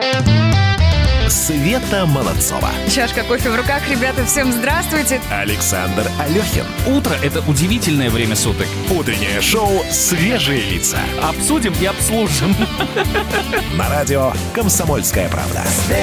Света Молодцова. Чашка кофе в руках. Ребята, всем здравствуйте. Александр Алехин. Утро – это удивительное время суток. Утреннее шоу «Свежие лица». Обсудим и обслужим. На радио «Комсомольская правда».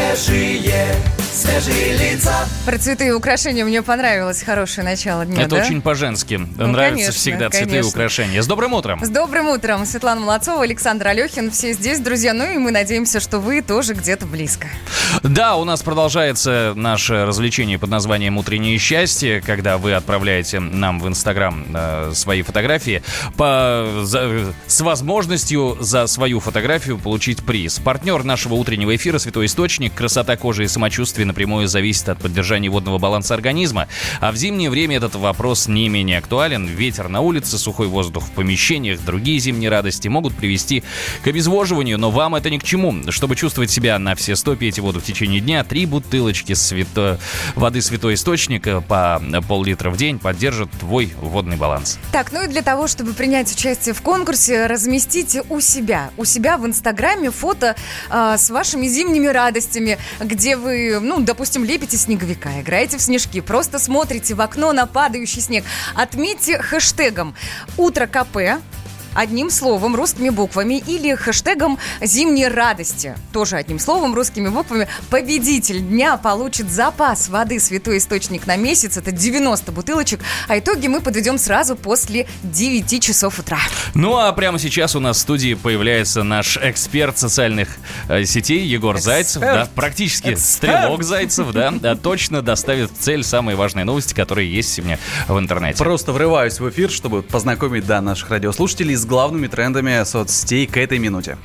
Свежие лица. Про цветы и украшения мне понравилось. Хорошее начало дня, Это да? очень по-женски. Нравятся конечно, всегда цветы и конечно. украшения. С добрым утром. С добрым утром. Светлана Молодцова, Александр Алехин. Все здесь, друзья. Ну и мы надеемся, что вы тоже где-то близко. Да, у нас продолжается наше развлечение под названием «Утреннее счастье», когда вы отправляете нам в Инстаграм свои фотографии с возможностью за свою фотографию получить приз. Партнер нашего утреннего эфира «Святой Источник». Красота кожи и самочувствие напрямую зависит от поддержания водного баланса организма. А в зимнее время этот вопрос не менее актуален. Ветер на улице, сухой воздух в помещениях, другие зимние радости могут привести к обезвоживанию, но вам это ни к чему. Чтобы чувствовать себя на все 100, пейте воду в течение дня. 3 бутылочки воды «Святой Источник» по пол-литра в день поддержат твой водный баланс. Так, ну и для того, чтобы принять участие в конкурсе, разместите у себя в Инстаграме фото с вашими зимними радостями, где вы, допустим, лепите снеговика, играете в снежки, просто смотрите в окно на падающий снег. Отметьте хэштегом «Утро КП», одним словом, русскими буквами, или хэштегом «Зимние радости», тоже одним словом, русскими буквами. Победитель дня получит запас воды «Святой Источник» на месяц. Это 90 бутылочек. А итоги мы подведем сразу после 9 часов утра. Ну а прямо сейчас у нас в студии появляется наш эксперт социальных сетей Егор Зайцев. Да, практически стрелок Зайцев, да, точно доставит в цель самые важные новости, которые есть сегодня в интернете. Просто врываюсь в эфир, чтобы познакомить, наших радиослушателей с главными трендами соцсетей к этой минуте.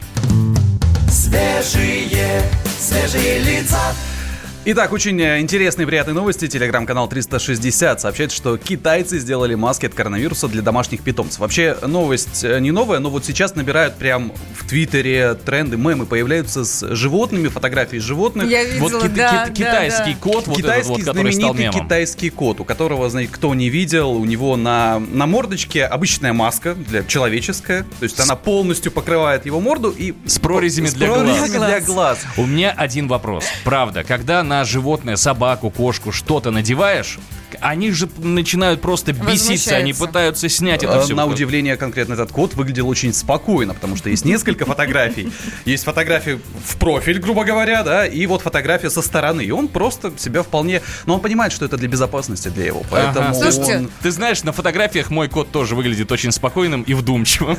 Свежие лица. Итак, очень интересные и приятные новости. Телеграм-канал 360 сообщает, что китайцы сделали маски от коронавируса для домашних питомцев. Вообще, новость не новая, но вот сейчас набирают прям в Твиттере тренды, мемы появляются с животными, фотографии животных. Я видела, китайский кот, вот этот вот, который стал мемом. Китайский кот, у которого, знаете, кто не видел, у него на мордочке обычная маска человеческая, то есть она полностью покрывает его морду и с прорезями для глаз. У меня один вопрос. Правда, когда на животное, собаку, кошку что-то надеваешь, они же начинают просто беситься, они пытаются снять это все. На удивление, конкретно этот кот выглядел очень спокойно, потому что есть несколько фотографий. Есть фотографии в профиль, грубо говоря, да, и вот фотография со стороны. И он просто себя вполне... Но он понимает, что это для безопасности для его, поэтому... Слушайте, ты знаешь, на фотографиях мой кот тоже выглядит очень спокойным и вдумчивым.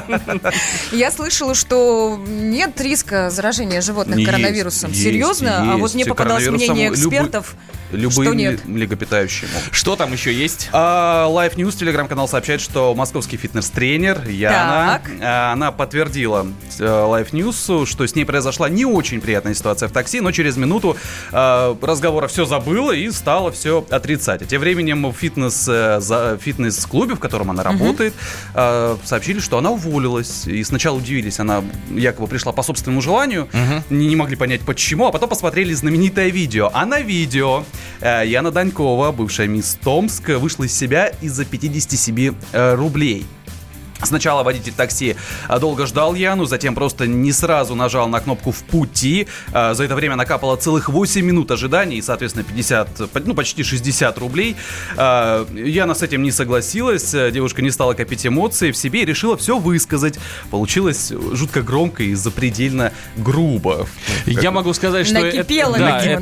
я слышала, что нет риска заражения животных коронавирусом. Серьезно? А вот мне попадалось мнение экспертов, любые что нет. млекопитающие могут. Что там еще есть? Live News, телеграм-канал, сообщает, что московский фитнес-тренер Яна, она подтвердила Live News, что с ней произошла не очень приятная ситуация в такси, но через минуту разговора все забыла и стала все отрицать. А тем временем в фитнес-клубе, в котором она работает, сообщили, что она уволилась. И сначала удивились, она якобы пришла по собственному желанию, не могли понять почему, а потом посмотрели знаменитое видео. А на видео Яна Данькова, бывшая мисс Томск, вышла из себя из-за 57 рублей. Сначала водитель такси долго ждал Яну, затем просто не сразу нажал на кнопку «В пути». За это время накапало целых 8 минут ожидания и, соответственно, почти 60 рублей. Яна с этим не согласилась, девушка не стала копить эмоции в себе и решила все высказать. Получилось жутко громко и запредельно грубо. Я могу сказать, что накипело.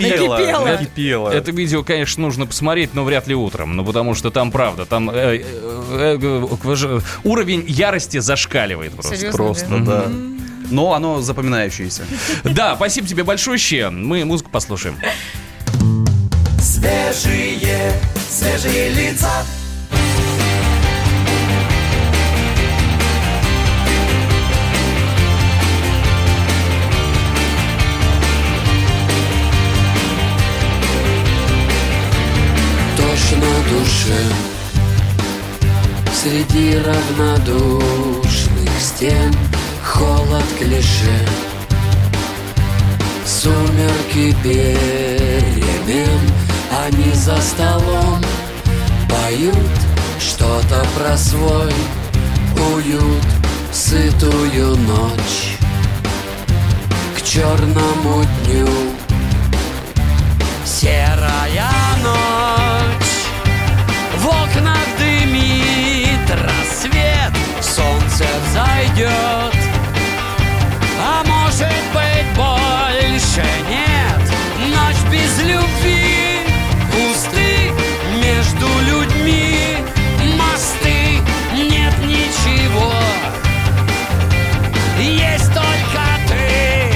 Это видео, конечно, нужно посмотреть, но вряд ли утром. Потому что там, правда, там уровень ярости зашкаливает просто. Серьезно, просто, да. Но оно запоминающееся. Да, спасибо тебе большое. Мы музыку послушаем. Свежие лица. Тошно душе среди равнодушных стен, холод клише, сумерки перемен. Они за столом поют что-то про свой уют, сытую ночь. К черному дню. Серая ночь, в окнах дымит рассвет, солнце взойдет, а может быть больше нет. Ночь без любви, пусты между людьми мосты, нет ничего, есть только ты.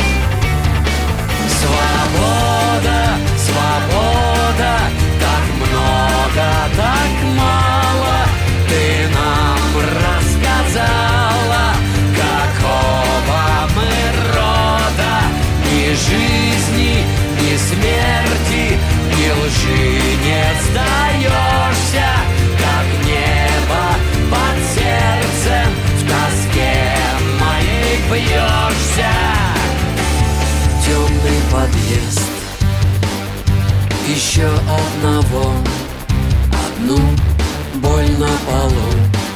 Свобода, свобода, так много, так мало ты нам рассказала, какого мы рода, ни жизни, ни смерти, ни лжи не сдаешься, как небо под сердцем в тоске моей бьешься. Темный подъезд, еще одну боль на полу,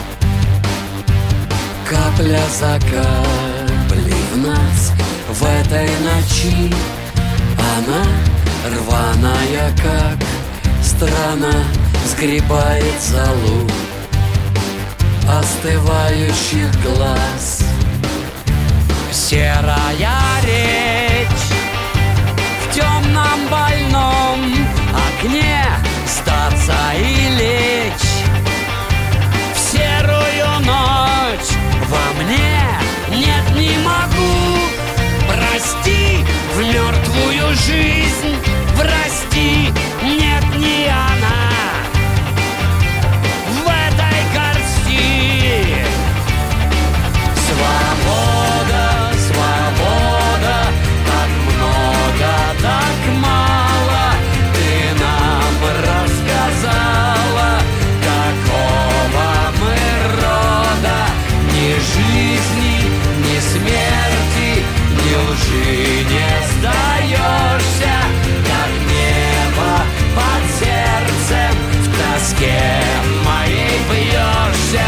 капля за каплей в нас в этой ночи. Она рваная, как страна, сгребает золу остывающих глаз. Серая речь в темном больном окне, статься и лечь в серую ночь. Во мне нет, не могу, прости, в мертвую жизнь прости, нет, не она в этой горсти. Свобода, свобода, так много, так мало ты нам рассказала, какого мы рода, ни жизни, ни смерти, ни лжи не сдаешься, как небо под сердцем в тоске моей бьешься.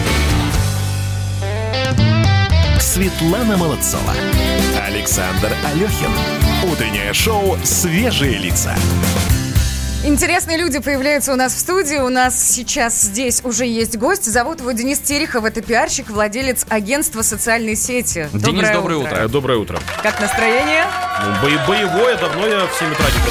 Светлана Молодцова, Александр Алехин. Утреннее шоу «Свежие лица». Интересные люди появляются у нас в студии. У нас сейчас здесь уже есть гость. Зовут его Денис Терехов. Это пиарщик, владелец агентства социальной сети. Денис, доброе утро. Доброе утро. Как настроение? Ну, боевое, давно я в 7 утра не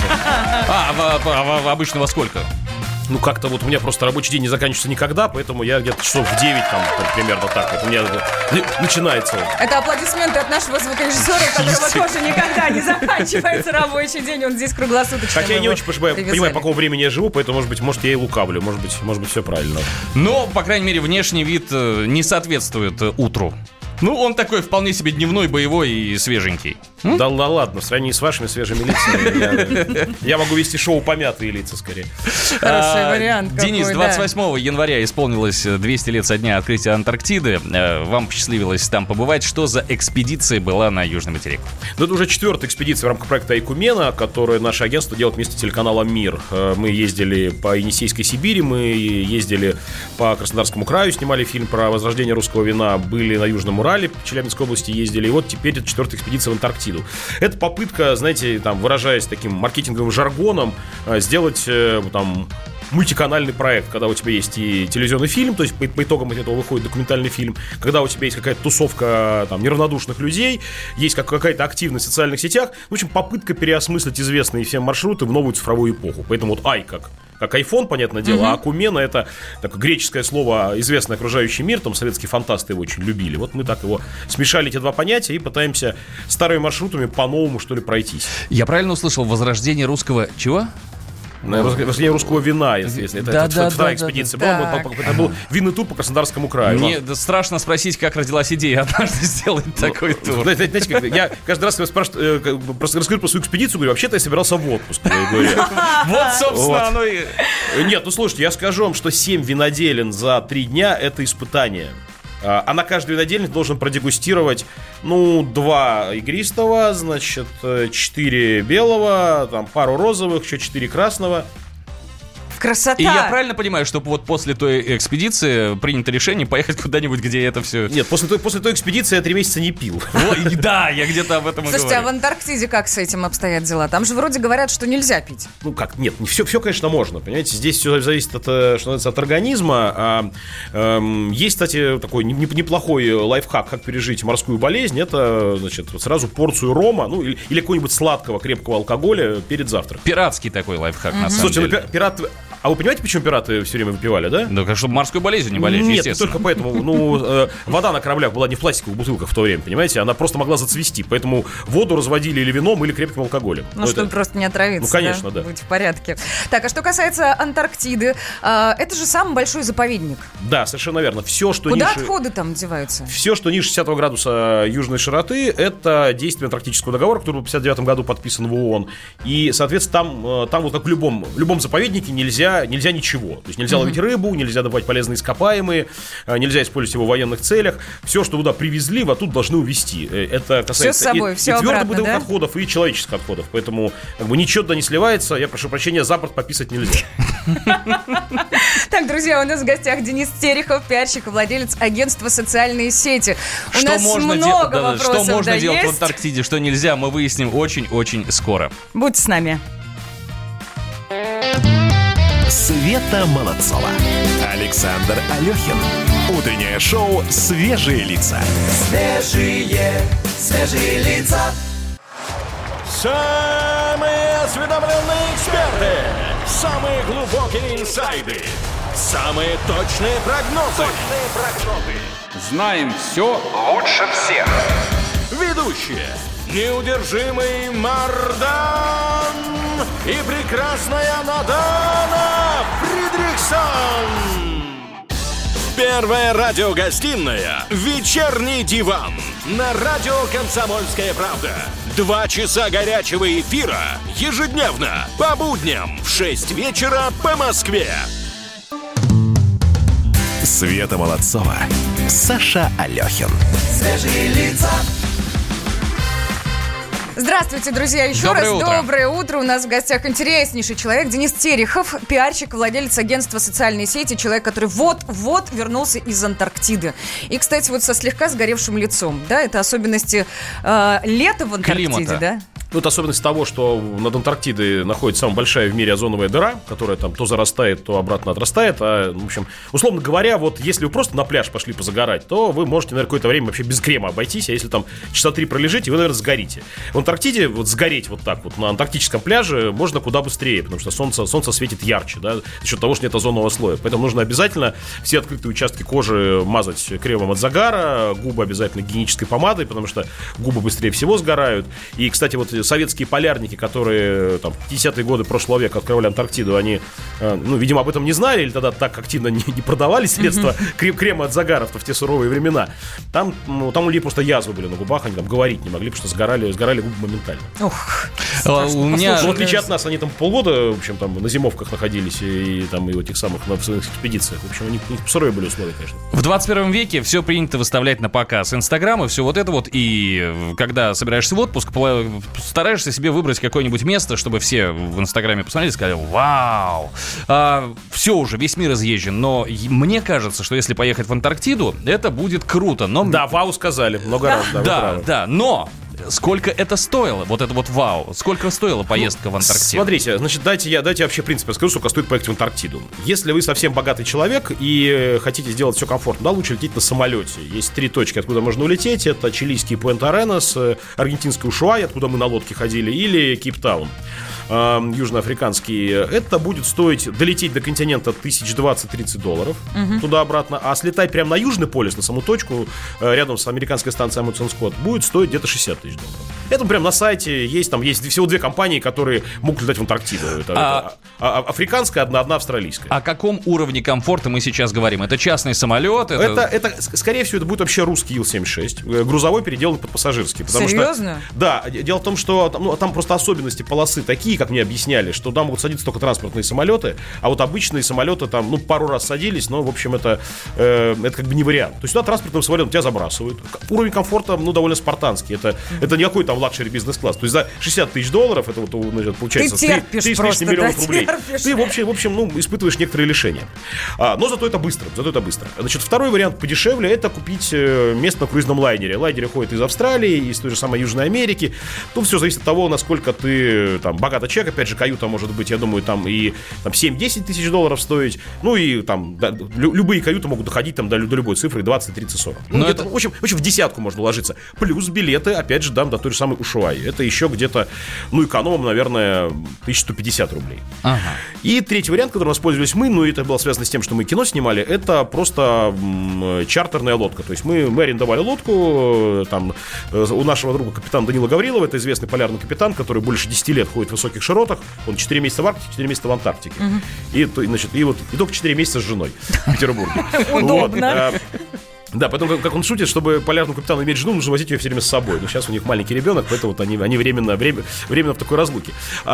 просыпался. Обычно во сколько? Ну, как-то вот у меня просто рабочий день не заканчивается никогда, поэтому я где-то часов в 9 там примерно так вот у меня начинается он. Это аплодисменты от нашего звукорежиссера, у которого тоже никогда не заканчивается рабочий день. Он здесь круглосуточно. Хотя я не очень понимаю, по какому времени я живу, поэтому, может, я и лукавлю. Может быть, все правильно. Но, по крайней мере, внешний вид не соответствует утру. Ну, он такой вполне себе дневной, боевой и свеженький. Да ладно, в сравнении с вашими свежими лицами я могу вести шоу «Помятые лица» скорее. Хороший вариант. Денис, 28 января исполнилось 200 лет со дня открытия Антарктиды. Вам посчастливилось там побывать. Что за экспедиция была на Южный материк? Ну, это уже 4-я экспедиция в рамках проекта «Айкумена», которую наше агентство делает вместе с телеканалом «Мир». Мы ездили по Енисейской Сибири, мы ездили по Краснодарскому краю, снимали фильм про возрождение русского вина, были на Южном Урале, в Челябинской области ездили, и вот теперь это 4-я экспедиция в Антарктиду. Это попытка, знаете, там, выражаясь таким маркетинговым жаргоном, сделать там мультиканальный проект, когда у тебя есть и телевизионный фильм, то есть по итогам этого выходит документальный фильм, когда у тебя есть какая-то тусовка там неравнодушных людей, есть какая-то активность в социальных сетях, в общем, попытка переосмыслить известные всем маршруты в новую цифровую эпоху. Поэтому вот как iPhone, понятное дело, а Акумена — это такое греческое слово, известный окружающий мир, там советские фантасты его очень любили. Вот мы так его смешали, эти два понятия, и пытаемся старыми маршрутами по-новому, что ли, пройтись. Я правильно услышал? Возрождение русского... Чего? Возрождение русского вина, если это вторая экспедиция была. Это был винный тур по Краснодарскому краю. Мне страшно спросить, как родилась идея однажды сделать такой тур. Знаете, я каждый раз спрашиваю, просто расскажу про свою экспедицию, говорю, вообще-то я собирался в отпуск. Вот, собственно, оно и... Нет, ну слушайте, я скажу вам, что 7 виноделин за 3 дня — это испытание. А на каждый винодельник должен продегустировать, 2 игристого, значит, 4 белого, там, пару розовых, еще 4 красного. Красота! И я правильно понимаю, что вот после той экспедиции принято решение поехать куда-нибудь, где это все... Нет, после той экспедиции я 3 месяца не пил. Да, я где-то об этом и говорю. Слушайте, а в Антарктиде как с этим обстоят дела? Там же вроде говорят, что нельзя пить. Ну как, нет, все, конечно, можно, понимаете, здесь все зависит от, что называется, от организма. Есть, кстати, такой неплохой лайфхак, как пережить морскую болезнь. Это, значит, сразу порцию рома, ну или какого-нибудь сладкого крепкого алкоголя перед завтраком. Пиратский такой лайфхак, на самом деле. Слушайте, пираты... А вы понимаете, почему пираты все время выпивали, да? Да, чтобы морской болезнью не болеть, Нет, естественно. не только поэтому. Вода на кораблях была не в пластиковых бутылках в то время, понимаете? Она просто могла зацвести. Поэтому воду разводили или вином, или крепким алкоголем. Ну, чтобы просто не отравиться. Ну, конечно, да. Быть в порядке. Так, а что касается Антарктиды, это же самый большой заповедник. Да, совершенно верно. Все, что Куда ниже... отходы там деваются? Все, что ниже 60 градуса южной широты, это действие Антарктического договора, который в 59 году подписан в ООН. И, соответственно, там вот как в любом заповеднике нельзя ничего. То есть нельзя ловить рыбу, нельзя добывать полезные ископаемые, нельзя использовать его в военных целях. Все, что туда привезли, вот тут должны увезти. Это касается все с собой, и обратно, твердых да? отходов, и человеческих отходов. Поэтому ничего туда не сливается. Я прошу прощения, за борт пописать нельзя. Так, друзья, у нас в гостях Денис Терехов, пиарщик и владелец агентства «Социальные сети». У нас много вопросов. Что можно делать в Антарктиде, что нельзя, мы выясним очень-очень скоро. Будьте с нами. Света Молодцова. Александр Алехин. Утреннее шоу «Свежие лица». Свежие лица. Самые осведомленные эксперты. Самые глубокие инсайды. Самые точные прогнозы. Знаем все лучше всех. Ведущие. Неудержимый Мардан и прекрасная Надана Фридрихсон. Первая радиогостинная «Вечерний диван» на радио «Комсомольская правда». 2 часа горячего эфира ежедневно по будням в 6 вечера по Москве. Света Молодцова. Саша Алехин. Свежие лица. Здравствуйте, друзья, еще Доброе раз утро. доброе утро. У нас в гостях интереснейший человек Денис Терехов, пиарщик, владелец агентства «Социальные сети», человек, который вот-вот вернулся из Антарктиды. И, кстати, вот со слегка сгоревшим лицом, да, это особенности лета в Антарктиде, Климата. да? Ну, это особенность того, что над Антарктидой находится самая большая в мире озоновая дыра, которая там то зарастает, то обратно отрастает. В общем, условно говоря, вот если вы просто на пляж пошли позагорать, то вы можете, наверное, какое-то время вообще без крема обойтись, а если там часа 3 пролежите, вы, наверное, сгорите. В Антарктиде вот сгореть вот так вот на антарктическом пляже можно куда быстрее, потому что солнце светит ярче, да, за счет того, что нет озонового слоя. Поэтому нужно обязательно все открытые участки кожи мазать кремом от загара, губы обязательно гигиенической помадой, потому что губы быстрее всего сгорают. И, кстати, вот советские полярники, которые там, в 50-е годы прошлого века открывали Антарктиду, они, ну, видимо, об этом не знали, или тогда так активно не продавали средства крема от загара в те суровые времена. Там у людей просто язвы были на губах, они там говорить не могли, потому что сгорали губы моментально. Ух, У меня... В отличие от нас, они там полгода, в общем, там на зимовках находились и там и в этих самых на своих экспедициях. В общем, у них суровые были условия, конечно. В 21 веке все принято выставлять на показ. Инстаграм и все вот это вот. И когда собираешься в отпуск, стараешься себе выбрать какое-нибудь место, чтобы все в Инстаграме посмотрели и сказали: вау! Все уже, весь мир изъезжен. Но мне кажется, что если поехать в Антарктиду, это будет круто. Но... Да, вау сказали много раз. Да, но... Сколько это стоило? Вот это вот вау. Сколько стоила поездка в Антарктиду? Смотрите, значит, дайте я вообще в принципе расскажу, сколько стоит поехать в Антарктиду. Если вы совсем богатый человек и хотите сделать все комфортно, да, лучше лететь на самолете. Есть 3 точки, откуда можно улететь. Это чилийский Пуэнт-Аренас, аргентинский Ушуай, откуда мы на лодке ходили, или Кейптаун, южноафриканский. Это будет стоить долететь до континента $20-30 туда-обратно, а слетать прямо на Южный полюс, на саму точку, рядом с американской станцией Амундсен Скотт, будет стоить где-то $60 000. Это прям на сайте есть всего 2 компании, которые могут летать в Антарктиду. Это африканская, одна австралийская. О каком уровне комфорта мы сейчас говорим? Это частный самолет? Это скорее всего, это будет вообще русский Ил-76. Грузовой переделан под пассажирский. Серьезно? Да, дело в том, что там просто особенности полосы такие, как мне объясняли, что там могут садиться только транспортные самолеты, а вот обычные самолеты там, пару раз садились, но, в общем, это как бы не вариант. То есть туда транспортным самолетом тебя забрасывают. Уровень комфорта, довольно спартанский. Это не какой-то там лакшери бизнес-класс. То есть за 60 тысяч долларов, это вот, значит, получается, ты терпишь 3 с просто, лишним миллионов да, рублей. терпишь. Ты, в общем, ну, испытываешь некоторые лишения. Но зато это быстро. Значит, второй вариант подешевле — это купить место на круизном лайнере. Лайнеры ходят из Австралии, из той же самой Южной Америки. Тут все зависит от того, насколько ты там богатый человек. Опять же, каюта может быть, я думаю, там и там, 7-10 тысяч долларов стоить. Ну и там любые каюты могут доходить там до любой цифры 20, 30, 40. Ну, где-то, в общем, в десятку можно уложиться. Плюс билеты, опять же, до той же самой Ушуаи. Это еще где-то, ну, экономом, наверное, 1150 рублей. Ага. И третий вариант, которым воспользовались мы, ну, это было связано с тем, что мы кино снимали, это просто чартерная лодка. То есть мы арендовали лодку, там, у нашего друга капитана Данила Гаврилова, это известный полярный капитан, который больше 10 лет ходит в высоких широтах, он 4 месяца в Арктике, 4 месяца в Антарктике. И только 4 месяца с женой в Петербурге. Удобно. Да, поэтому, как он шутит, чтобы полярному капитану иметь жену, нужно возить ее все время с собой. Но сейчас у них маленький ребенок, поэтому вот они временно в такой разлуке.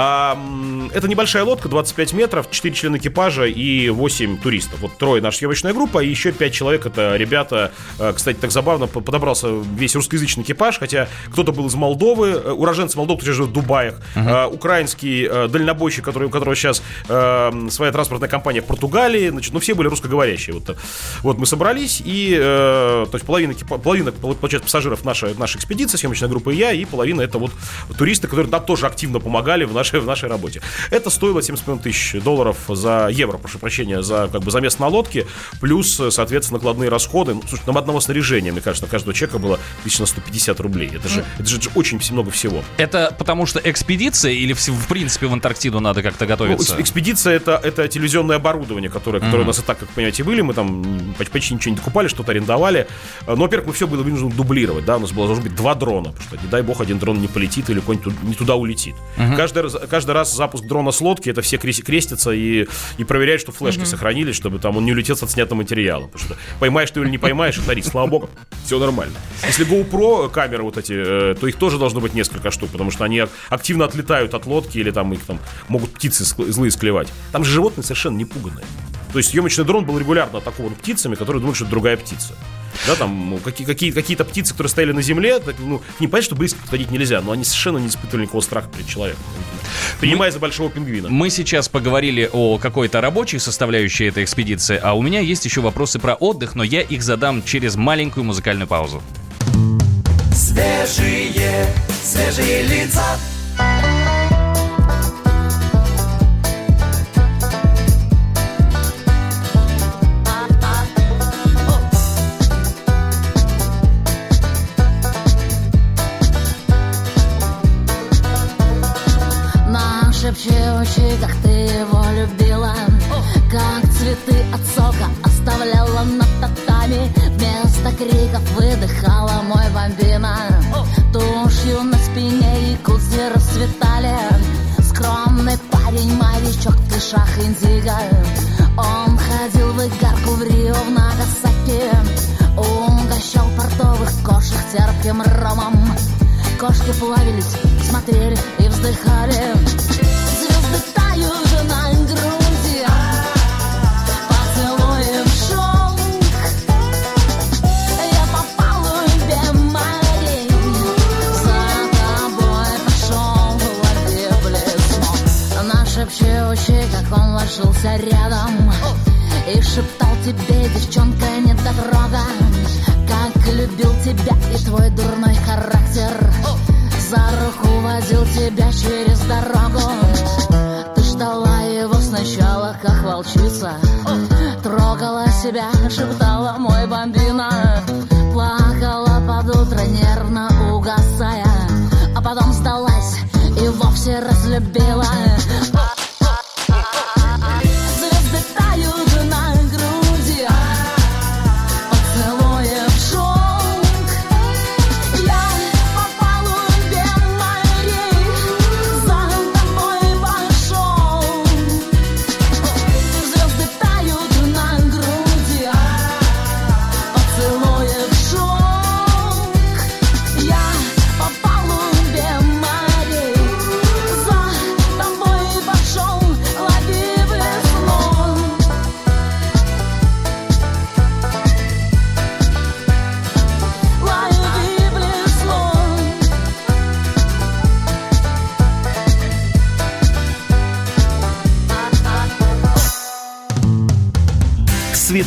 Это небольшая лодка, 25 метров, 4 члена экипажа и 8 туристов. Вот трое наша съемочная группа, и еще 5 человек, это ребята. Кстати, так забавно, подобрался весь русскоязычный экипаж, хотя кто-то был из Молдовы, уроженцы Молдовы, кто живет в Дубаях, украинский дальнобойщик, у которого сейчас своя транспортная компания в Португалии, значит, ну все были русскоговорящие. Вот мы собрались, и то есть половина, получается, пассажиров нашей экспедиции, съемочная группа и я, и половина — это вот туристы, которые нам тоже активно помогали в нашей работе. Это стоило 75 тысяч долларов евро, прошу прощения, за место на лодке, плюс, соответственно, накладные расходы. Ну, слушай, нам одного снаряжения, мне кажется, на каждого человека было 1150 рублей. Это же очень много всего. Это потому что экспедиция или в принципе в Антарктиду надо как-то готовиться? Ну, экспедиция — это телевизионное оборудование, которое у нас и так, как понимаете, были. Мы там почти ничего не докупали, что-то арендовали. Но, во-первых, мы все было вынуждены дублировать, да, у нас должно быть 2 дрона, потому что, не дай бог, один дрон не полетит или какой-нибудь не туда улетит. Каждый раз запуск дрона с лодки, это все крестятся и проверяют, что флешки сохранились, чтобы там он не улетел с отснятым материалом. Потому что поймаешь ты или не поймаешь, это риск. Слава богу, все нормально. Если GoPro камеры вот эти, то их тоже должно быть несколько штук, потому что они активно отлетают от лодки или там их там могут птицы злые склевать. Там же животные совершенно не пуганные. То есть съемочный дрон был регулярно атакован птицами, которые думают, что это другая птица. Да, там какие-то птицы, которые стояли на земле, ну, не понятно, что близко подходить нельзя, но они совершенно не испытывали никакого страха перед человеком, принимая за большого пингвина. Мы сейчас поговорили о какой-то рабочей составляющей этой экспедиции, а у меня есть еще вопросы про отдых, но я их задам через маленькую музыкальную паузу. Свежие лица. Шепчущий, как ты его любила, как цветы от сока оставляла на татами. Вместо криков выдыхала мой бомбина. Тушью на спине якудзы расцветали. Скромный парень, морячок, ты шах индиго. Он ходил в игарку в Рио, в Нагасаки. Угощал портовых кошек терпким ромом. Кошки плавились, смотрели и вздыхали. Звезды тают на груди, поцелуем шелк. Я попал в глубь морей, за тобой пошел, лови блесну. Нашепчущий, как он ложился рядом, и шептал тебе, девчонка, недотрога, как любил тебя и твой дурной характер. За руку водил тебя через дорогу. Ты ждала его сначала, как волчица. Трогала себя, шептала мой бомбина. Плакала под утро, нервно угасая. А потом сдалась и вовсе разлюбила. Звезды тают на груди, поцелуем шелк. Я попал в глубь морей, за тобой пошел. Звезды тают на груди, поцелуем шелк. Я попал в глубь морей, за тобой пошел.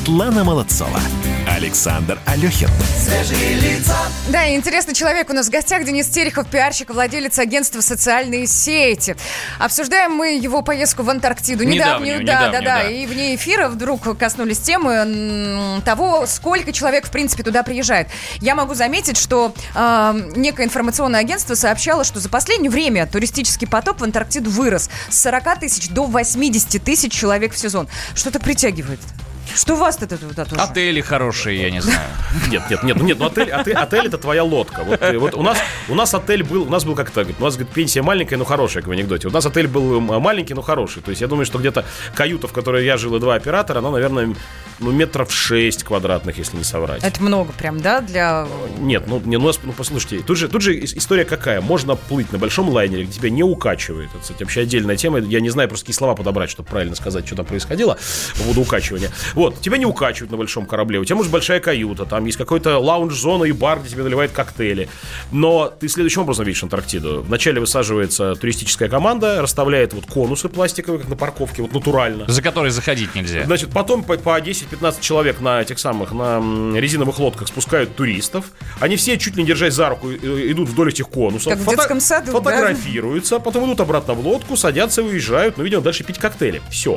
Светлана Молодцова. Александр Алехин. Свежие лица. Да, и интересный человек у нас в гостях. Денис Терехов, пиарщик, владелец агентства «Социальные сети». Обсуждаем мы его поездку в Антарктиду. Недавнюю. Да. И вне эфира вдруг коснулись темы того, сколько человек, в принципе, туда приезжает. Я могу заметить, что некое информационное агентство сообщало, что за последнее время туристический поток в Антарктиду вырос с 40 тысяч до 80 тысяч человек в сезон. Что-то притягивает. Что у вас-то туда тоже? Отели хорошие, я не знаю. Нет, ну отель это твоя лодка. Вот у нас отель был, у нас был как-то, у нас, говорит, пенсия маленькая, но хорошая, как в анекдоте. У нас отель был маленький, но хороший. То есть я думаю, что где-то каюта, в которой я жил, и 2 оператора, она, наверное, метров 6 квадратных, если не соврать. Это много прям, да, для... Нет, послушайте, тут же история какая. Можно плыть на большом лайнере, где тебя не укачивает. Это, кстати, вообще отдельная тема. Я не знаю просто какие слова подобрать, чтобы правильно сказать, что там происходило по поводу укачивания. Вот, тебя не укачивают на большом корабле, у тебя, может, большая каюта, там есть какой-то лаунж-зона и бар, где тебе наливают коктейли. Но ты следующим образом видишь Антарктиду. Вначале высаживается туристическая команда, расставляет вот конусы пластиковые, как на парковке, вот натурально. За которые заходить нельзя. Значит, потом по 10-15 человек на этих самых, на резиновых лодках спускают туристов. Они все, чуть ли не держась за руку, идут вдоль этих конусов. Как в детском саду, фотографируются, потом идут обратно в лодку, садятся и уезжают, видимо, дальше пить коктейли. Все.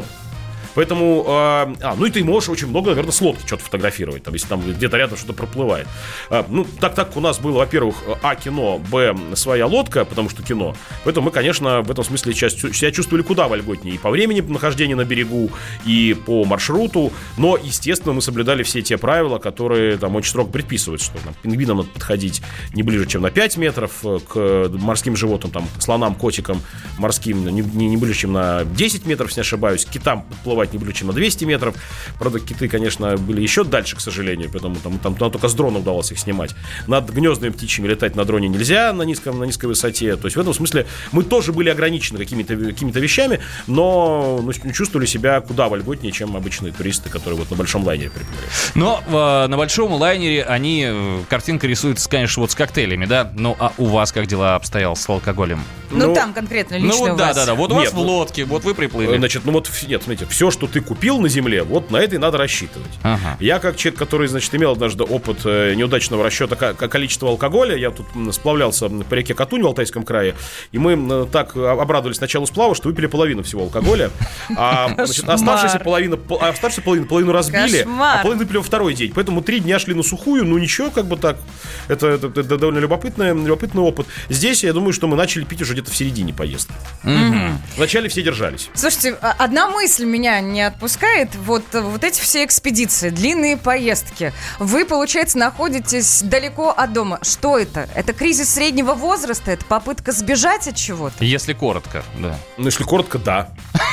Поэтому, и ты можешь очень много, наверное, с лодки что-то фотографировать, там, если там где-то рядом что-то проплывает. Так у нас было, во-первых, кино, своя лодка, потому что кино. Поэтому мы, конечно, в этом смысле себя чувствовали куда вольготнее. И по времени нахождения на берегу, и по маршруту. Но, естественно, мы соблюдали все те правила, которые там очень строго предписывают, что пингвинам надо подходить не ближе, чем на 5 метров, к морским животным, там, слонам, котикам морским не ближе, чем на 10 метров, если не ошибаюсь, китам подплывать не ближе, чем на 200 метров. Правда, киты, конечно, были еще дальше, к сожалению, поэтому там только с дрона удавалось их снимать. Над гнездами птичьими летать на дроне нельзя на низкой высоте. То есть в этом смысле мы тоже были ограничены какими-то вещами, но чувствовали себя куда вольготнее, чем обычные туристы, которые вот на большом лайнере приплыли. Но на большом лайнере картинка рисуется, конечно, вот с коктейлями, да? Ну, а у вас как дела обстоял с алкоголем? Там конкретно лично у вас. Да. Вот у вас в лодке, вот вы приплыли. Значит, смотрите, все, что ты купил на земле, вот на это и надо рассчитывать. Ага. Я, как человек, который, имел однажды опыт неудачного расчета количества алкоголя, я тут сплавлялся по реке Катунь в Алтайском крае, и мы так обрадовались началу сплава, что выпили половину всего алкоголя. Оставшуюся половину разбили, а половину выпили во второй день. Поэтому 3 дня шли на сухую, ничего, как бы так. Это довольно любопытный опыт. Здесь, я думаю, что мы начали пить уже где-то в середине поездки. Вначале все держались. Слушайте, одна мысль меня не отпускает. Вот эти все экспедиции, длинные поездки. Вы, получается, находитесь далеко от дома. Что это? Это кризис среднего возраста? Это попытка сбежать от чего-то? Если коротко, да. Если коротко, да.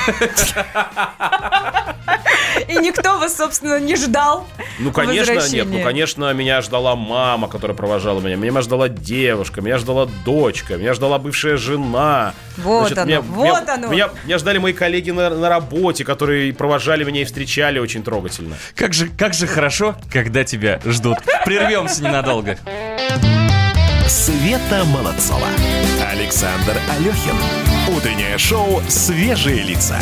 И никто вас, собственно, не ждал. Конечно, нет. Конечно, меня ждала мама, которая провожала меня. Меня ждала девушка, меня ждала дочка, меня ждала бывшая жена. Вот оно. Меня ждали мои коллеги на работе, которые провожали меня и встречали очень трогательно. Как же хорошо, когда тебя ждут. Прервемся ненадолго. Света Молодцова. Александр Алехин. Утреннее шоу «Свежие лица».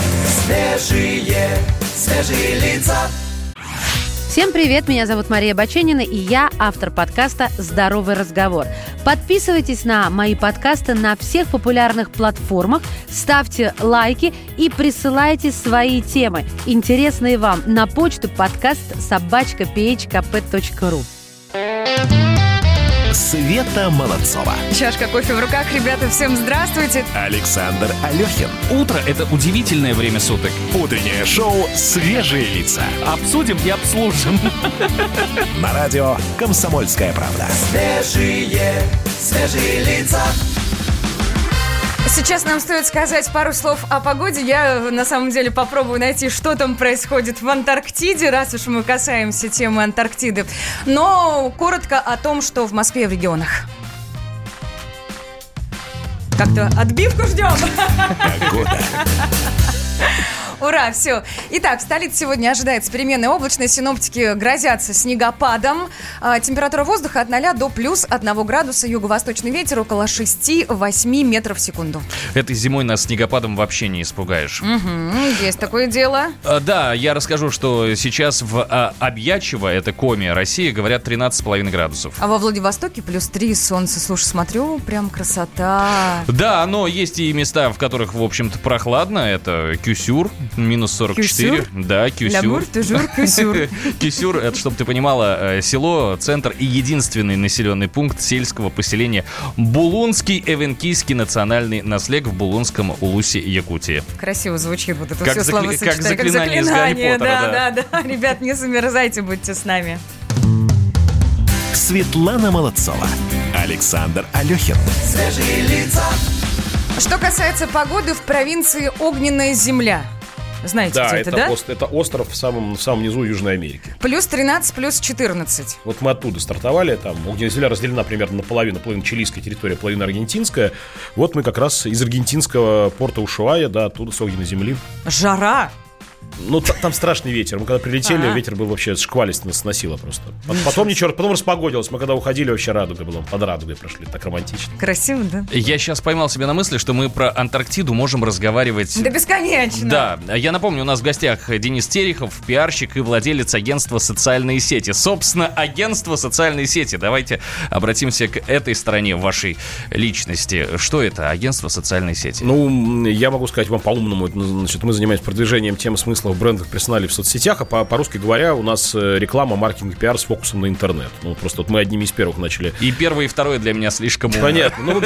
Свежие лица. Всем привет, меня зовут Мария Баченина, и я автор подкаста «Здоровый разговор». Подписывайтесь на мои подкасты на всех популярных платформах, ставьте лайки и присылайте свои темы, интересные вам, на почту podcast@phkp.ru. Света Молодцова. Чашка кофе в руках, ребята, всем здравствуйте. Александр Алехин. Утро – это удивительное время суток. Утреннее шоу «Свежие лица». Обсудим и обслужим. На радио «Комсомольская правда». Свежие лица. Сейчас нам стоит сказать пару слов о погоде. Я, на самом деле, попробую найти, что там происходит в Антарктиде, раз уж мы касаемся темы Антарктиды. Но коротко о том, что в Москве и в регионах. Как-то отбивку ждем. Погода. Ура, все. Итак, в столице сегодня ожидается переменная облачность. Синоптики грозятся снегопадом. Температура воздуха от 0 до плюс 1 градуса. Юго-восточный ветер около 6-8 метров в секунду. Этой зимой нас снегопадом вообще не испугаешь. Есть такое дело. Да, я расскажу, что сейчас в Объячево, это Коми, Россия, говорят 13,5 градусов. А во Владивостоке плюс 3, солнце. Слушай, смотрю, прям красота. Да, но есть и места, в которых, в общем-то, прохладно. Это Кюсюр, минус 44. Кюсюр? Да, Кюсюр. Лямур, тужур, Кюсюр. Кюсюр, это, чтобы ты понимала, село, центр и единственный населенный пункт сельского поселения Булунский Эвенкийский национальный наслег в Булунском Улусе, Якутии. Красиво звучит вот это Как все словосочетание. как заклинание из Гарри Поттера, да. Ребят, не замерзайте, будьте с нами. Светлана Молодцова. Александр Алехин. Свежие лица. Что касается погоды, в провинции Огненная земля. Знаете, Да, где это, да? это остров в самом низу Южной Америки. Плюс 13, плюс 14. Вот мы оттуда стартовали, там Огненная земля разделена примерно наполовину, половина чилийская территория, половина аргентинская. Вот мы как раз из аргентинского порта Ушуая, да, оттуда с Огненной земли. Жара! Ну, там страшный ветер. Мы когда прилетели, ветер был вообще шквалистый, нас сносило просто. Потом ничего, потом распогодилось. Мы когда уходили, вообще радуга была. Под радугой прошли, так романтично. Красиво, да? Я сейчас поймал себя на мысли, что мы про Антарктиду можем разговаривать... Да бесконечно. Да, я напомню, у нас в гостях Денис Терехов, пиарщик и владелец агентства «Социальные сети». Собственно, агентство «Социальные сети». Давайте обратимся к этой стороне вашей личности. Что это агентство «Социальные сети»? Ну, я могу сказать вам по-умному. Значит, мы занимаемся продвижением темы смысла в брендах, персонале в соцсетях, а по-русски говоря, у нас реклама, маркетинг, пиар с фокусом на интернет. Ну, просто вот мы одними из первых начали. И первое, и второе для меня слишком... Понятно. Ну,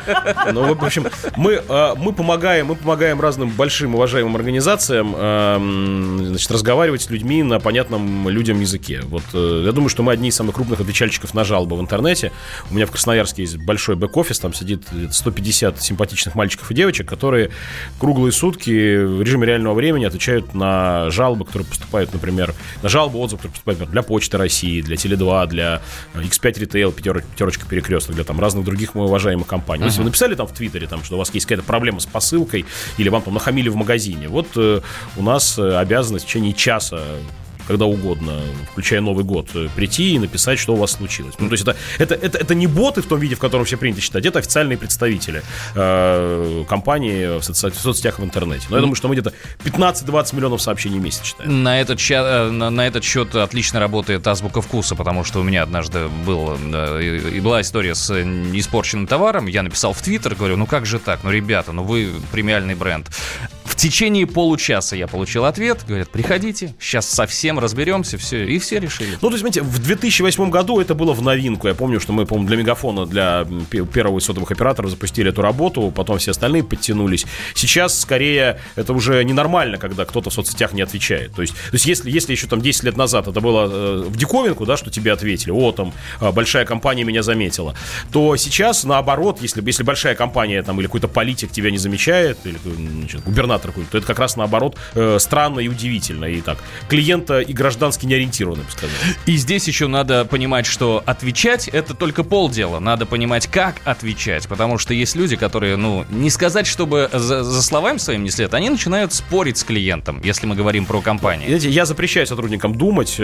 в общем, мы помогаем разным большим уважаемым организациям, значит, разговаривать с людьми на понятном людям языке. Вот я думаю, что мы одни из самых крупных отвечальщиков на жалобы в интернете. У меня в Красноярске есть большой бэк-офис, там сидит 150 симпатичных мальчиков и девочек, которые круглые сутки в режиме реального времени отвечают на жалобы, которые поступают, например, на жалобы, отзывы, которые поступают, например, для Почты России, для Теле2, для X5 Retail, пятерочка перекресток, для там разных других моих уважаемых компаний. Если вы написали там в Твиттере, там, что у вас есть какая-то проблема с посылкой, или вам там нахамили в магазине, вот у нас обязанность в течение часа, когда угодно, включая Новый год, прийти и написать, что у вас случилось. Ну, то есть это не боты в том виде, в котором все принято считать, это официальные представители компании в соцсетях, в интернете. Но я думаю, что мы где-то 15-20 миллионов сообщений в месяц читаем. На этот счет отлично работает азбука вкуса, потому что у меня однажды была история с испорченным товаром. Я написал в Твиттер, говорю, ну как же так? Ну, ребята, ну вы премиальный бренд. В течение получаса я получил ответ. Говорят, приходите, сейчас совсем разберемся, все, и все решили. Ну, то есть, смотрите, в 2008 году это было в новинку. Я помню, что мы, для Мегафона, для первого из сотовых операторов запустили эту работу, потом все остальные подтянулись. Сейчас, скорее, это уже ненормально, когда кто-то в соцсетях не отвечает. То есть если еще там 10 лет назад это было в диковинку, да, что тебе ответили, там большая компания меня заметила, то сейчас, наоборот, если большая компания там, или какой-то политик тебя не замечает, или, значит, губернатор какой-то, то это как раз наоборот странно и удивительно. И так, клиента и граждански не ориентированы, бы сказал. И здесь еще надо понимать, что отвечать — это только полдела. Надо понимать, как отвечать. Потому что есть люди, которые, не сказать, чтобы за словами своим не след, они начинают спорить с клиентом, если мы говорим про компанию. Знаете, я запрещаю сотрудникам думать.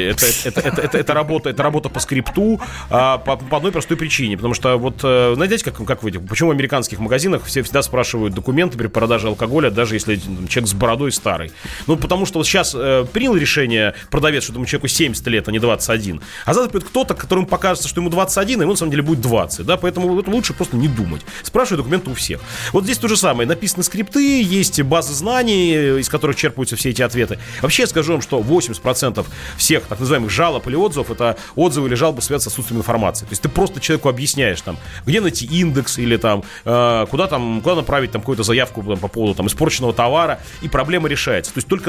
Это работа по скрипту по одной простой причине. Потому что вот, знаете, почему в американских магазинах все всегда спрашивают документы при продаже алкоголя, даже если человек с бородой старый. Ну, потому что вот сейчас принял решение продавец, что этому человеку 70 лет, а не 21. А завтра придет кто-то, которому покажется, что ему 21, а ему на самом деле будет 20. Да? Поэтому лучше просто не думать. Спрашивай документы у всех. Вот здесь то же самое. Написаны скрипты, есть базы знаний, из которых черпаются все эти ответы. Вообще я скажу вам, что 80% всех так называемых жалоб или отзывов — это отзывы или жалобы, связанные с отсутствием информации. То есть ты просто человеку объясняешь, там, где найти индекс или там, куда направить там, какую-то заявку там, по поводу там, испорченного товара, и проблема решается. То есть только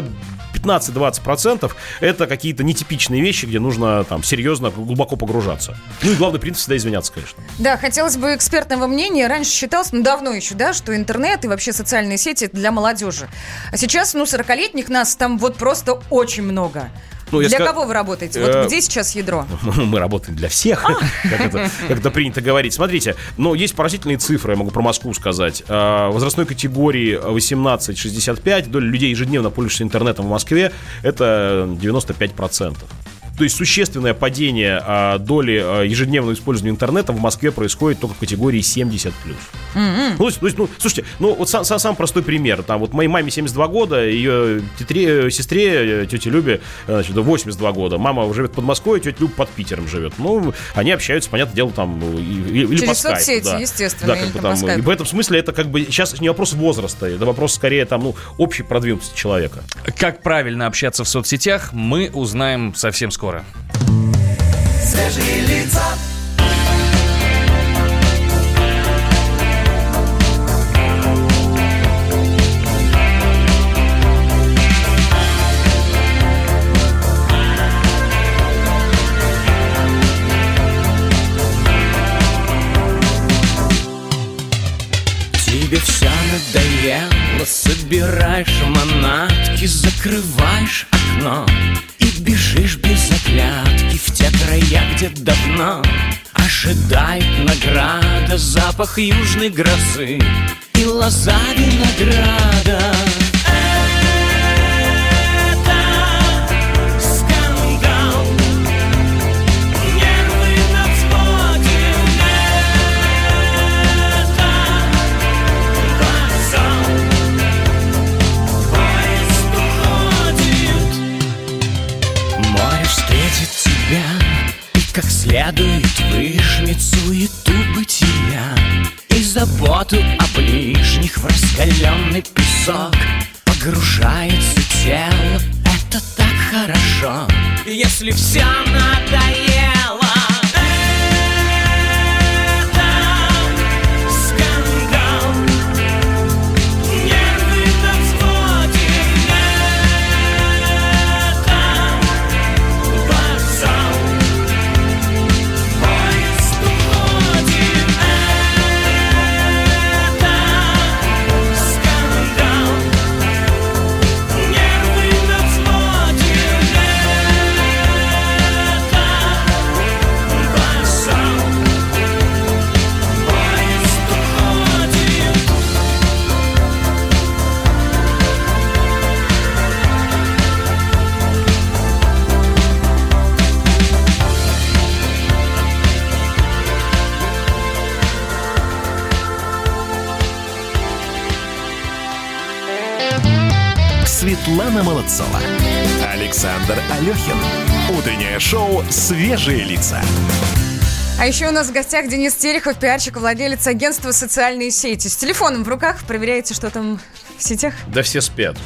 15-20% это какие-то нетипичные вещи, где нужно там серьезно, глубоко погружаться. Ну и главный принцип — всегда извиняться, конечно. Да, хотелось бы экспертного мнения. Раньше считалось, давно еще, да, что интернет и вообще социальные сети — это для молодежи. А сейчас, 40-летних нас там вот просто очень много. Для кого вы работаете? Вот где сейчас ядро? Мы работаем для всех, как это принято говорить. Смотрите, есть поразительные цифры, я могу про Москву сказать. В возрастной категории 18-65 доля людей, ежедневно пользующихся интернетом в Москве, это 95%. То есть существенное падение доли ежедневного использования интернета в Москве происходит только в категории 70+. Слушайте, вот сам простой пример. Там вот моей маме 72 года, ее сестре, тете Любе, 82 года. Мама живет под Москвой, тетя Люба под Питером живет. Они общаются, понятное дело, там или через по скайпу. Через соцсети, естественно. И в этом смысле это сейчас не вопрос возраста, это вопрос скорее общей продвинутости человека. Как правильно общаться в соцсетях, мы узнаем совсем скоро. Свежие лица. Тебе все надоело, собираешь манатки, закрываешь окно и бежишь без оглядки в те края, где давно ожидает награда, запах южной грозы и лоза винограда. И как следует выжмет суету бытия и заботу о ближних в раскаленный песок. Погружается тело, это так хорошо, если все надоело. Светлана Молодцова, Александр Алехин. Утреннее шоу «Свежие лица». А еще у нас в гостях Денис Терехов, пиарщик, владелец агентства «Социальные сети». С телефоном в руках проверяете, что там в сетях? Да все спят.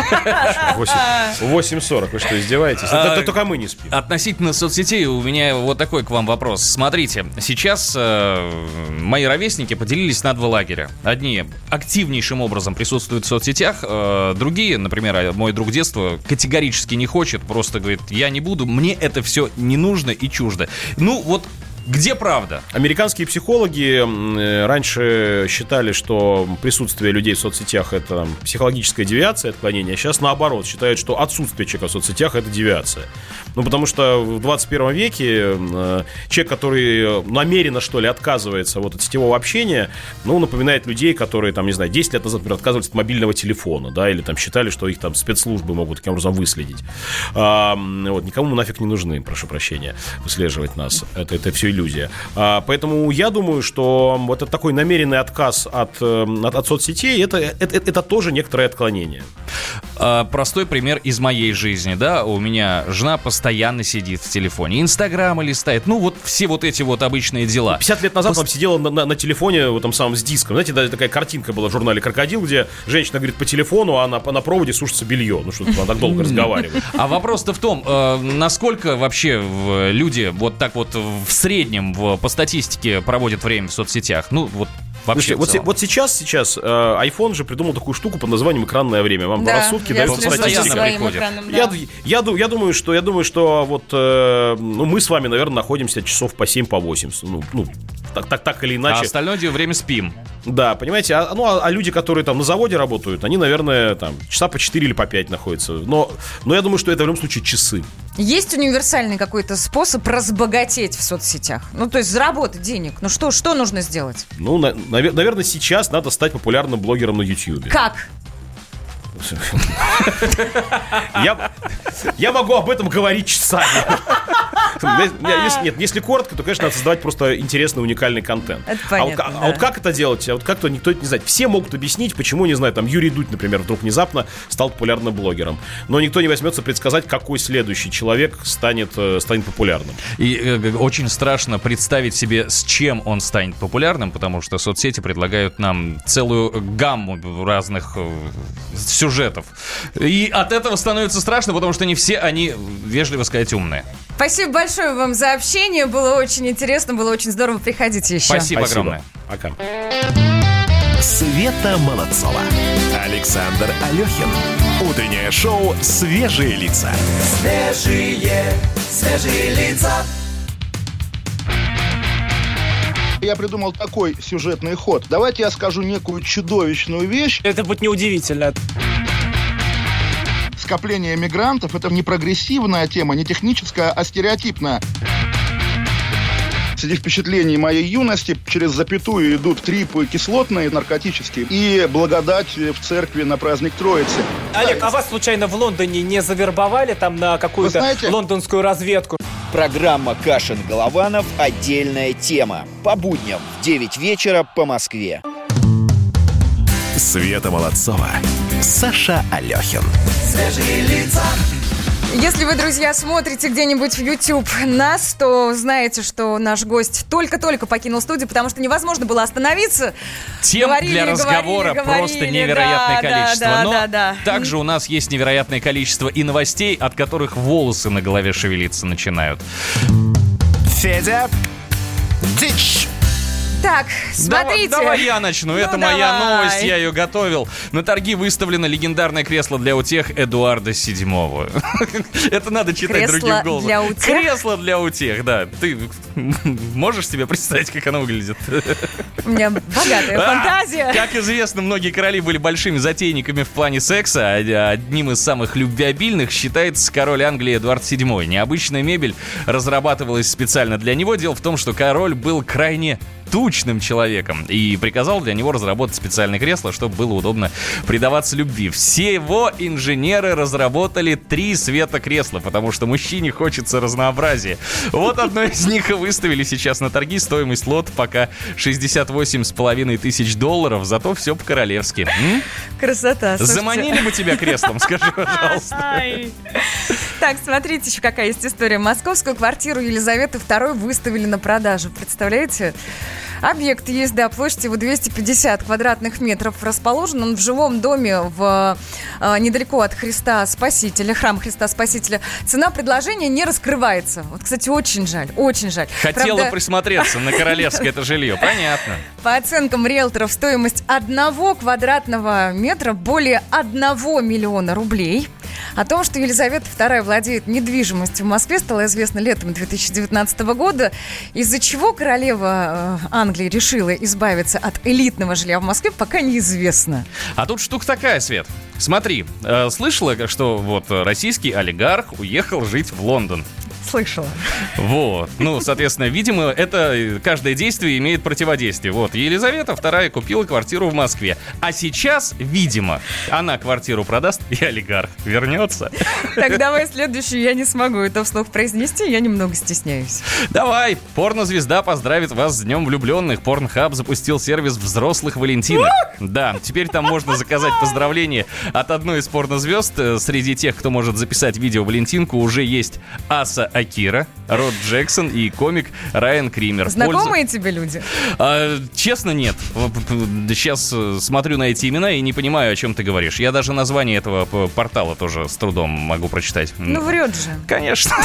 8:40, вы что, издеваетесь? Это только мы не спим. Относительно соцсетей у меня вот такой к вам вопрос. Смотрите, сейчас мои ровесники поделились на два лагеря. Одни активнейшим образом присутствуют в соцсетях, другие, например, мой друг детства, категорически не хочет, просто говорит, я не буду, мне это все не нужно и чуждо. Где правда? Американские психологи раньше считали, что присутствие людей в соцсетях – это психологическая девиация, отклонение. Сейчас наоборот, считают, что отсутствие человека в соцсетях – это девиация. Потому что в 21 веке человек, который намеренно, что ли, отказывается от сетевого общения, напоминает людей, которые, 10 лет назад, например, отказывались от мобильного телефона, да, или считали, что их спецслужбы могут таким образом выследить. Никому мы нафиг не нужны, прошу прощения, выслеживать нас. Это все иллюзия. Поэтому я думаю, что вот этот такой намеренный отказ от соцсетей это тоже некоторое отклонение. Простой пример из моей жизни, да, у меня жена постоянно сидит в телефоне, Инстаграма листает, все эти обычные дела. 50 лет назад она сидела на телефоне с диском, знаете, даже такая картинка была в журнале «Крокодил», где женщина говорит по телефону, а на проводе сушится белье, что она так долго разговаривает. А вопрос-то в том, насколько вообще люди в среднем по статистике проводят время в соцсетях, вообще. Вот сейчас iPhone же придумал такую штуку под названием экранное время. Вам по рассудке дается статистика. Я думаю, что мы с вами, наверное, находимся часов по 7, по 8. так или иначе. А остальное время спим. Да, понимаете, а люди, которые там на заводе работают, они, наверное, там часа по 4 или по 5 находятся. Но я думаю, что это в любом случае часы. Есть универсальный какой-то способ разбогатеть в соцсетях? Ну, то есть заработать денег. Ну, что нужно сделать? Ну, наверное, сейчас надо стать популярным блогером на YouTube. Как? Я могу об этом говорить часами. Если коротко, то, конечно, надо создавать просто интересный, уникальный контент. Это понятно, а вот как это делать? А вот как-то никто не знает. Все могут объяснить, почему, не знаю, там Юрий Дудь, например, вдруг внезапно стал популярным блогером. Но никто не возьмется предсказать, какой следующий человек станет популярным. И очень страшно представить себе, с чем он станет популярным, потому что соцсети предлагают нам целую гамму разных сюжетов. И от этого становится страшно, потому что не все они, вежливо сказать, умные. Спасибо большое вам за общение. Было очень интересно, было очень здорово. Приходите еще. Спасибо огромное. Пока. Света Молодцова. Александр Алехин. Утреннее шоу «Свежие лица». Свежие лица. Я придумал такой сюжетный ход. Давайте я скажу некую чудовищную вещь. Это будет неудивительно. Скопление мигрантов – это не прогрессивная тема, не техническая, а стереотипная. Среди впечатлений моей юности через запятую идут трипы кислотные, наркотические, и благодать в церкви на праздник Троицы. Олег, а вас случайно в Лондоне не завербовали там на какую-то лондонскую разведку? Программа «Кашин-Голованов. Отдельная тема». По будням в 9 вечера по Москве. Света Молодцова. Саша Алехин. Свежие лица. Если вы, друзья, смотрите где-нибудь в YouTube нас, то знаете, что наш гость только-только покинул студию, потому что невозможно было остановиться. Тем для разговора просто невероятное количество. Но также у нас есть невероятное количество и новостей, от которых волосы на голове шевелиться начинают. Федя, дичь! Так, смотрите. Давай я начну. Это моя новость, я ее готовил. На торги выставлено легендарное кресло для утех Эдуарда VII. Это надо читать другим голосом. Кресло для утех, да. Ты можешь себе представить, как оно выглядит? У меня богатая фантазия. Как известно, многие короли были большими затейниками в плане секса. Одним из самых любвеобильных считается король Англии Эдуард VII. Необычная мебель разрабатывалась специально для него. Дело в том, что король был крайне тучным человеком и приказал для него разработать специальное кресло, чтобы было удобно предаваться любви. Всего инженеры разработали 3 цвета кресла, потому что мужчине хочется разнообразия. Вот одно из них и выставили сейчас на торги. Стоимость лота пока $68,5 тысяч, зато все по-королевски. Красота. Заманили мы тебя креслом, скажи, пожалуйста. Так, смотрите, еще какая есть история. Московскую квартиру Елизаветы II выставили на продажу. Представляете? Объект есть, да, площадь его 250 квадратных метров. Расположен он в жилом доме недалеко от Христа Спасителя, храма Христа Спасителя. Цена предложения не раскрывается. Вот, кстати, очень жаль, очень жаль. Хотела присмотреться на королевское это жилье, понятно. По оценкам риэлторов, стоимость 1 квадратного метра более 1 миллиона рублей. О том, что Елизавета II владеет недвижимостью в Москве, стало известно летом 2019 года, из-за чего королева Англии решила избавиться от элитного жилья в Москве, пока неизвестно. А тут штука такая, Свет. Смотри, слышала, что вот российский олигарх уехал жить в Лондон? Слышала. Вот. Ну, соответственно, видимо, это каждое действие имеет противодействие. Вот. Елизавета II купила квартиру в Москве. А сейчас, видимо, она квартиру продаст, и олигарх вернется. Так, давай следующую. Я не смогу это вслух произнести, я немного стесняюсь. Давай. Порнозвезда поздравит вас с Днем влюбленных. Pornhub запустил сервис взрослых валентинок. Да, теперь там можно заказать поздравления от одной из порнозвезд. Среди тех, кто может записать видео валентинку, уже есть Аса Акира, Род Джексон и комик Райан Кример. Знакомые тебе люди? Честно, нет. Сейчас смотрю на эти имена и не понимаю, о чем ты говоришь. Я даже название этого портала тоже с трудом могу прочитать. Ну, врет же. Конечно.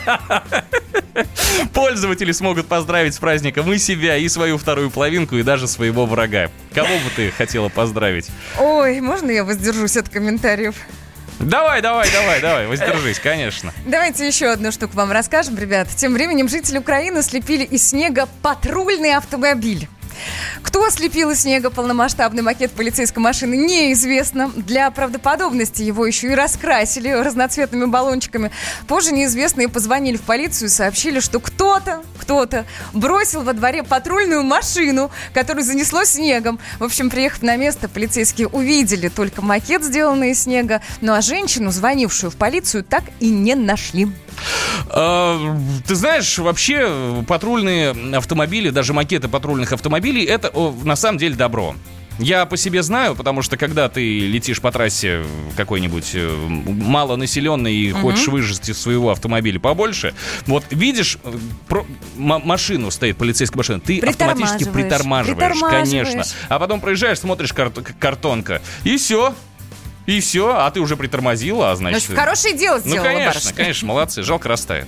Пользователи смогут поздравить с праздником и себя, и свою вторую половинку, и даже своего врага. Кого бы ты хотела поздравить? Ой, можно я воздержусь от комментариев? Давай, воздержись, конечно. Давайте еще одну штуку вам расскажем, ребят. Тем временем жители Украины слепили из снега патрульный автомобиль. Кто слепил из снега полномасштабный макет полицейской машины, неизвестно. Для правдоподобности его еще и раскрасили разноцветными баллончиками. Позже неизвестные позвонили в полицию и сообщили, что кто-то бросил во дворе патрульную машину, которую занесло снегом. В общем, приехав на место, полицейские увидели только макет, сделанный из снега. Ну а женщину, звонившую в полицию, так и не нашли. Ты знаешь, вообще патрульные автомобили, даже макеты патрульных автомобилей, это на самом деле добро. Я по себе знаю, потому что когда ты летишь по трассе какой-нибудь малонаселенной и хочешь выжать из своего автомобиля побольше, вот видишь, машину стоит, полицейская машина, ты автоматически притормаживаешь, конечно. А потом проезжаешь, смотришь, картонка, и все. И все, а ты уже притормозила, а значит... Значит, хорошее дело сделала, барышня. Конечно, молодцы, жалко растает.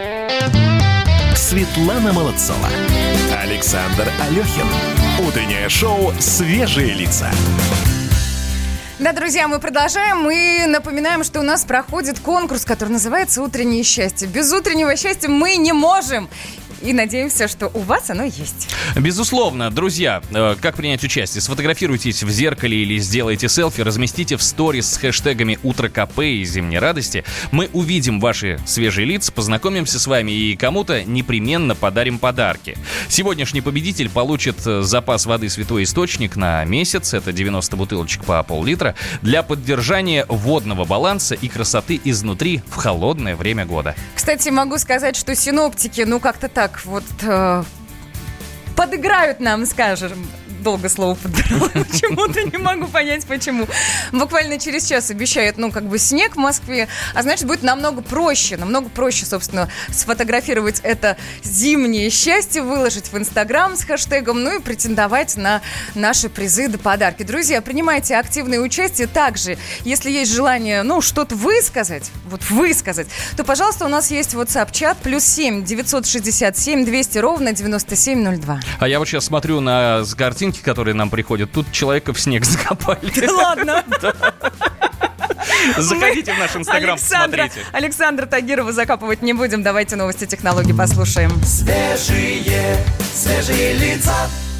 Светлана Молодцова, Александр Алехин. Утреннее шоу «Свежие лица». Да, друзья, мы продолжаем и напоминаем, что у нас проходит конкурс, который называется «Утреннее счастье». Без утреннего счастья мы не можем. И надеемся, что у вас оно есть. Безусловно, друзья, как принять участие? Сфотографируйтесь в зеркале или сделайте селфи, разместите в сторис с хэштегами «Утро КП» и «Зимней радости». Мы увидим ваши свежие лица, познакомимся с вами и кому-то непременно подарим подарки. Сегодняшний победитель получит запас воды «Святой Источник» на месяц. Это 90 бутылочек по пол-литра для поддержания водного баланса и красоты изнутри в холодное время года. Кстати, могу сказать, что синоптики, как-то так вот подыграют нам, скажем. Долго слово подбирала, почему-то не могу понять, почему. Буквально через час обещают, снег в Москве, а значит, будет намного проще, собственно, сфотографировать это зимнее счастье, выложить в Инстаграм с хэштегом, и претендовать на наши призы да подарки. Друзья, принимайте активное участие. Также, если есть желание, что-то высказать, то, пожалуйста, у нас есть WhatsApp-чат +7 967 200 9702. А я вот сейчас смотрю на картинки, которые нам приходят. Тут человека в снег закопали. Да ладно? Заходите в наш Инстаграм, посмотрите. Александра Тагирова закапывать не будем. Давайте новости технологий послушаем. Свежие лица.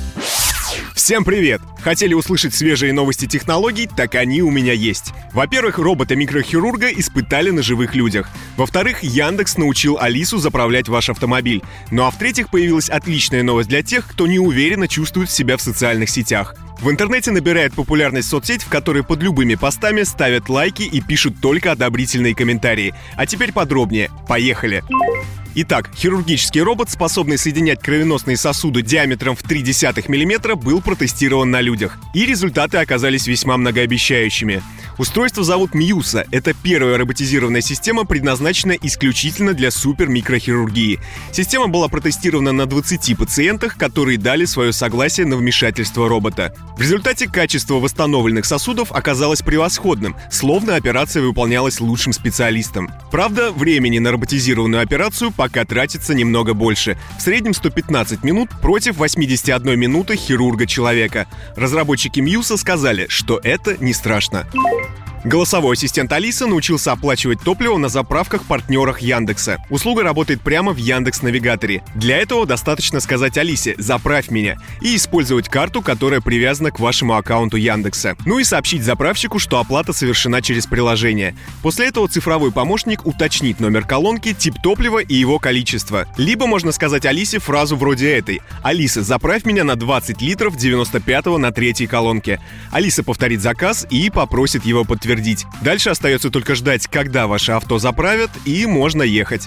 Всем привет! Хотели услышать свежие новости технологий? Так они у меня есть. Во-первых, робота-микрохирурга испытали на живых людях. Во-вторых, Яндекс научил Алису заправлять ваш автомобиль. Ну а в-третьих, появилась отличная новость для тех, кто неуверенно чувствует себя в социальных сетях. В интернете набирает популярность соцсеть, в которой под любыми постами ставят лайки и пишут только одобрительные комментарии. А теперь подробнее. Поехали! Итак, хирургический робот, способный соединять кровеносные сосуды диаметром в 0,3 мм, был протестирован на людях. И результаты оказались весьма многообещающими. Устройство зовут Мьюса. Это первая роботизированная система, предназначенная исключительно для супермикрохирургии. Система была протестирована на 20 пациентах, которые дали свое согласие на вмешательство робота. В результате качество восстановленных сосудов оказалось превосходным, словно операция выполнялась лучшим специалистом. Правда, времени на роботизированную операцию пока тратится немного больше. В среднем 115 минут против 81 минуты хирурга-человека. Разработчики Мьюса сказали, что это не страшно. Голосовой ассистент Алиса научился оплачивать топливо на заправках-партнерах Яндекса. Услуга работает прямо в Яндекс.Навигаторе. Для этого достаточно сказать Алисе «Заправь меня» и использовать карту, которая привязана к вашему аккаунту Яндекса. Ну и сообщить заправщику, что оплата совершена через приложение. После этого цифровой помощник уточнит номер колонки, тип топлива и его количество. Либо можно сказать Алисе фразу вроде этой: «Алиса, заправь меня на 20 литров 95-го на 3-й колонке». Алиса повторит заказ и попросит его подтвердить. Дальше остается только ждать, когда ваше авто заправят, и можно ехать.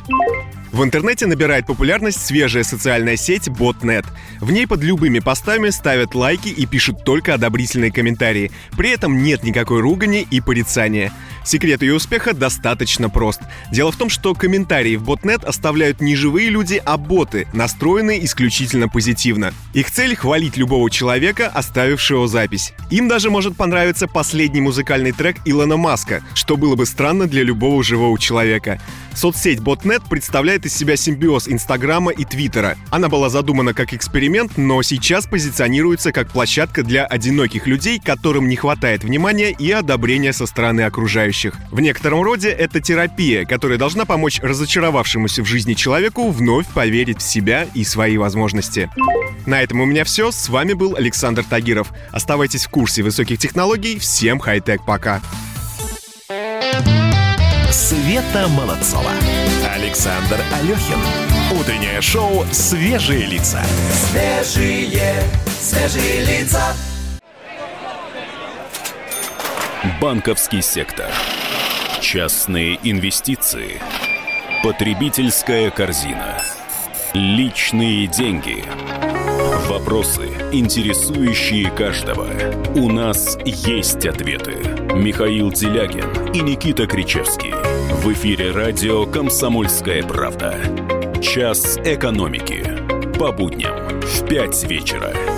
В интернете набирает популярность свежая социальная сеть Ботнет. В ней под любыми постами ставят лайки и пишут только одобрительные комментарии. При этом нет никакой ругани и порицания. Секрет ее успеха достаточно прост. Дело в том, что комментарии в Ботнет оставляют не живые люди, а боты, настроенные исключительно позитивно. Их цель — хвалить любого человека, оставившего запись. Им даже может понравиться последний музыкальный трек Илона Маска, что было бы странно для любого живого человека. Соцсеть Ботнет представляет представляет из себя симбиоз Инстаграма и Твиттера. Она была задумана как эксперимент, но сейчас позиционируется как площадка для одиноких людей, которым не хватает внимания и одобрения со стороны окружающих. В некотором роде это терапия, которая должна помочь разочаровавшемуся в жизни человеку вновь поверить в себя и свои возможности. На этом у меня все. С вами был Александр Тагиров. Оставайтесь в курсе высоких технологий. Всем хай-тек пока. Света Молодцова. Александр Алехин. Утреннее шоу «Свежие лица». Свежие лица. Банковский сектор. Частные инвестиции. Потребительская корзина. Личные деньги. Вопросы, интересующие каждого. У нас есть ответы. Михаил Делягин и Никита Кричевский. В эфире радио «Комсомольская правда». Час экономики. По будням в 5 вечера.